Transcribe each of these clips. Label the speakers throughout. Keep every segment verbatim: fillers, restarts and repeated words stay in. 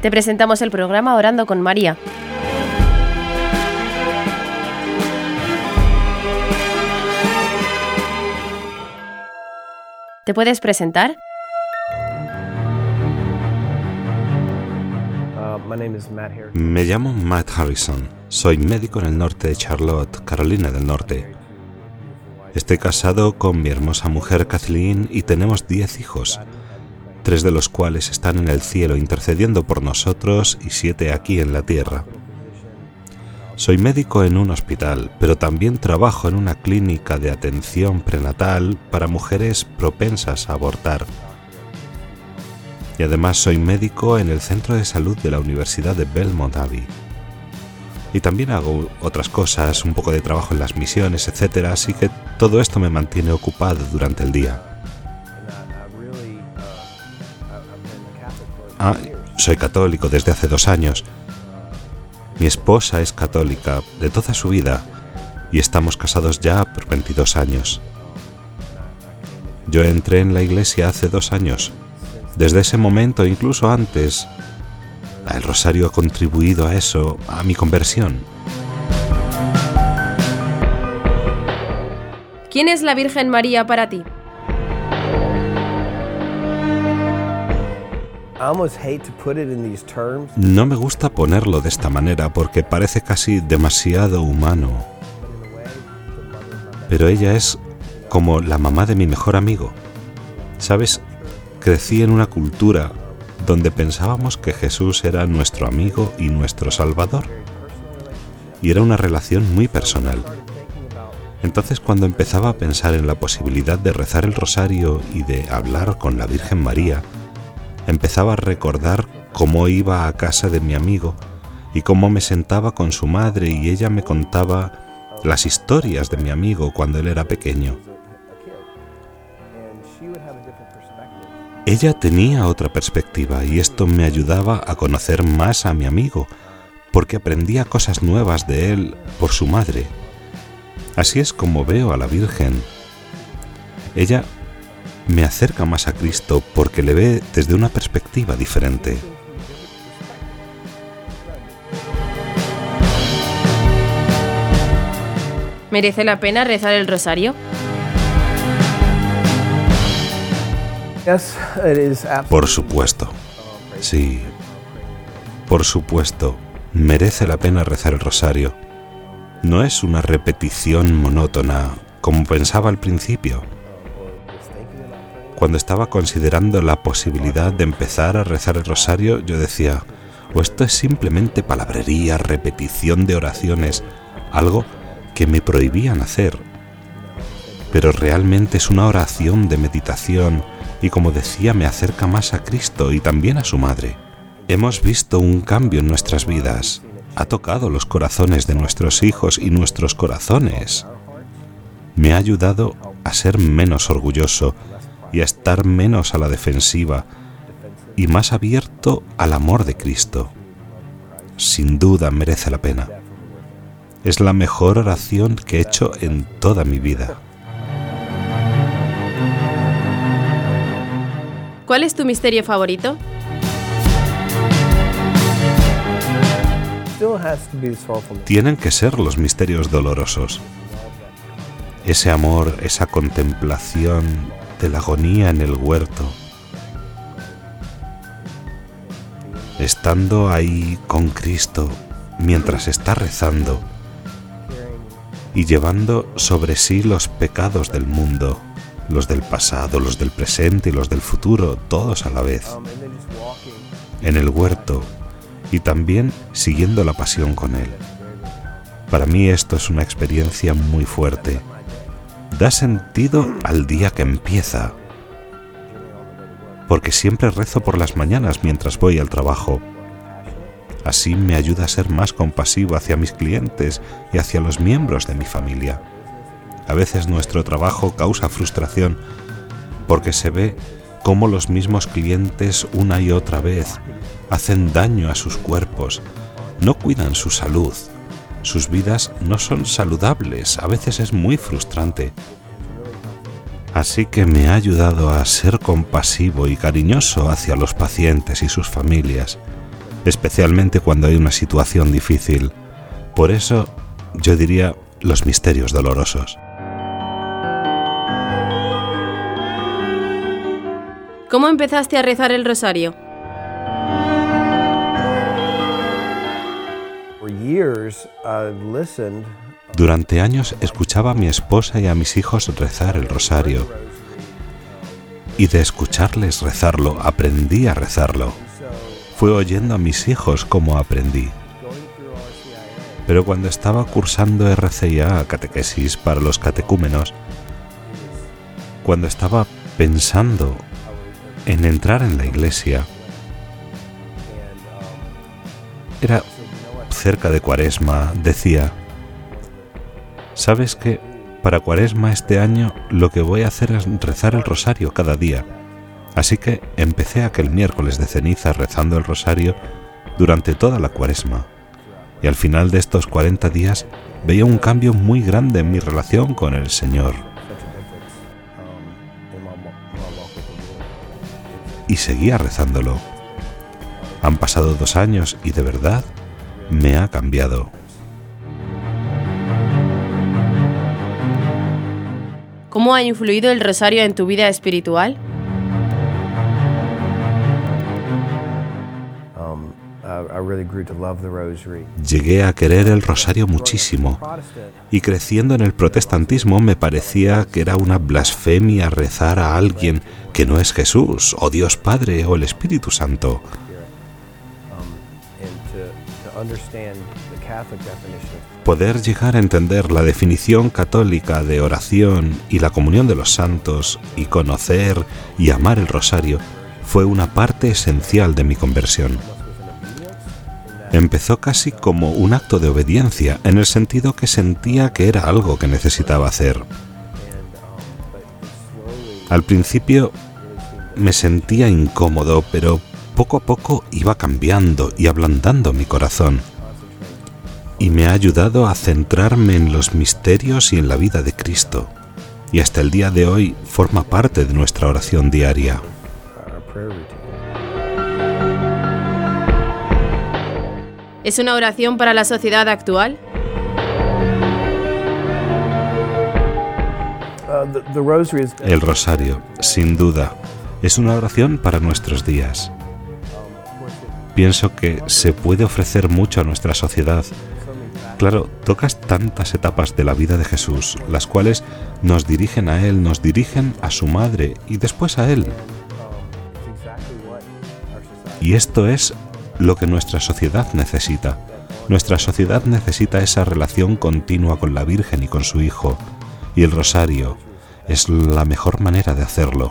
Speaker 1: Te presentamos el programa Orando con María. ¿Te puedes presentar?
Speaker 2: Me llamo Matt Harrison. Soy médico en el norte de Charlotte, Carolina del Norte. Estoy casado con mi hermosa mujer Kathleen y tenemos diez hijos, tres de los cuales están en el cielo intercediendo por nosotros y siete aquí en la tierra. Soy médico en un hospital, pero también trabajo en una clínica de atención prenatal para mujeres propensas a abortar. Y además soy médico en el centro de salud de la Universidad de Belmont Abbey. Y también hago otras cosas, un poco de trabajo en las misiones, etcétera, así que todo esto me mantiene ocupado durante el día. Ah, soy católico desde hace dos años. Mi esposa es católica de toda su vida y estamos casados ya por veintidós años. Yo entré en la iglesia hace dos años. Desde ese momento, incluso antes, el rosario ha contribuido a eso, a mi conversión.
Speaker 1: ¿Quién es la Virgen María para ti?
Speaker 2: No me gusta ponerlo de esta manera porque parece casi demasiado humano. Pero ella es como la mamá de mi mejor amigo. ¿Sabes? Crecí en una cultura donde pensábamos que Jesús era nuestro amigo y nuestro Salvador. Y era una relación muy personal. Entonces, cuando empezaba a pensar en la posibilidad de rezar el rosario y de hablar con la Virgen María, empezaba a recordar cómo iba a casa de mi amigo y cómo me sentaba con su madre y ella me contaba las historias de mi amigo cuando él era pequeño. Ella tenía otra perspectiva y esto me ayudaba a conocer más a mi amigo, porque aprendía cosas nuevas de él por su madre. Así es como veo a la Virgen. Ella me acerca más a Cristo porque le ve desde una perspectiva diferente.
Speaker 1: ¿Merece la pena rezar el rosario?
Speaker 2: Por supuesto, sí, por supuesto, merece la pena rezar el rosario. No es una repetición monótona, como pensaba al principio. Cuando estaba considerando la posibilidad de empezar a rezar el rosario, yo decía, o esto es simplemente palabrería, repetición de oraciones, algo que me prohibían hacer. Pero realmente es una oración de meditación, y como decía, me acerca más a Cristo y también a su madre. Hemos visto un cambio en nuestras vidas. Ha tocado los corazones de nuestros hijos y nuestros corazones. Me ha ayudado a ser menos orgulloso y a estar menos a la defensiva y más abierto al amor de Cristo. Sin duda merece la pena. Es la mejor oración que he hecho en toda mi vida.
Speaker 1: ¿Cuál es tu misterio favorito?
Speaker 2: Tienen que ser los misterios dolorosos. Ese amor, esa contemplación de la agonía en el huerto. Estando ahí con Cristo mientras está rezando y llevando sobre sí los pecados del mundo, los del pasado, los del presente y los del futuro, todos a la vez, en el huerto y también siguiendo la pasión con Él. Para mí esto es una experiencia muy fuerte. Da sentido al día que empieza, porque siempre rezo por las mañanas mientras voy al trabajo. Así me ayuda a ser más compasivo hacia mis clientes y hacia los miembros de mi familia. A veces nuestro trabajo causa frustración porque se ve cómo los mismos clientes una y otra vez hacen daño a sus cuerpos, no cuidan su salud, sus vidas no son saludables, a veces es muy frustrante. Así que me ha ayudado a ser compasivo y cariñoso hacia los pacientes y sus familias, especialmente cuando hay una situación difícil. Por eso, yo diría los misterios dolorosos.
Speaker 1: ¿Cómo empezaste a rezar el rosario?
Speaker 2: Durante años escuchaba a mi esposa y a mis hijos rezar el rosario. Y de escucharles rezarlo, aprendí a rezarlo. Fue oyendo a mis hijos cómo aprendí. Pero cuando estaba cursando R C I A, catequesis para los catecúmenos, cuando estaba pensando en entrar en la iglesia, era cerca de Cuaresma, decía, ¿sabes qué? Para Cuaresma este año lo que voy a hacer es rezar el rosario cada día. Así que empecé aquel miércoles de ceniza rezando el rosario durante toda la Cuaresma. Y al final de estos cuarenta días veía un cambio muy grande en mi relación con el Señor. Y seguía rezándolo. Han pasado dos años y de verdad me ha cambiado.
Speaker 1: ¿Cómo ha influido el rosario en tu vida espiritual?
Speaker 2: Llegué a querer el rosario muchísimo y creciendo en el protestantismo me parecía que era una blasfemia rezar a alguien que no es Jesús o Dios Padre o el Espíritu Santo. Poder llegar a entender la definición católica de oración y la comunión de los santos y conocer y amar el rosario fue una parte esencial de mi conversión. Empezó casi como un acto de obediencia, en el sentido que sentía que era algo que necesitaba hacer. Al principio me sentía incómodo, pero poco a poco iba cambiando y ablandando mi corazón. Y me ha ayudado a centrarme en los misterios y en la vida de Cristo. Y hasta el día de hoy forma parte de nuestra oración diaria.
Speaker 1: ¿Es una oración para la sociedad actual?
Speaker 2: El rosario, sin duda, es una oración para nuestros días. Pienso que se puede ofrecer mucho a nuestra sociedad. Claro, tocas tantas etapas de la vida de Jesús, las cuales nos dirigen a Él, nos dirigen a su madre y después a Él. Y esto es lo que nuestra sociedad necesita. Nuestra sociedad necesita esa relación continua con la Virgen y con su Hijo. Y el rosario es la mejor manera de hacerlo.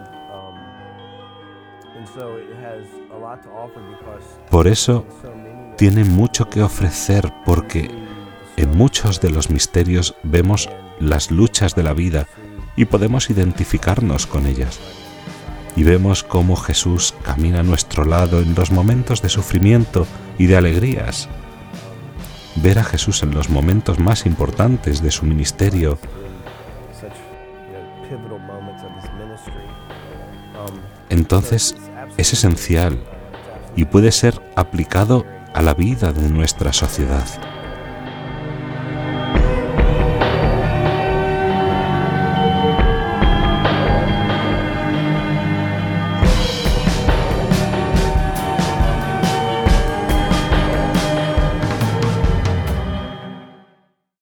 Speaker 2: Por eso tiene mucho que ofrecer, porque en muchos de los misterios vemos las luchas de la vida y podemos identificarnos con ellas. Y vemos cómo Jesús camina a nuestro lado en los momentos de sufrimiento y de alegrías. Ver a Jesús en los momentos más importantes de su ministerio entonces es esencial y puede ser aplicado a la vida de nuestra sociedad.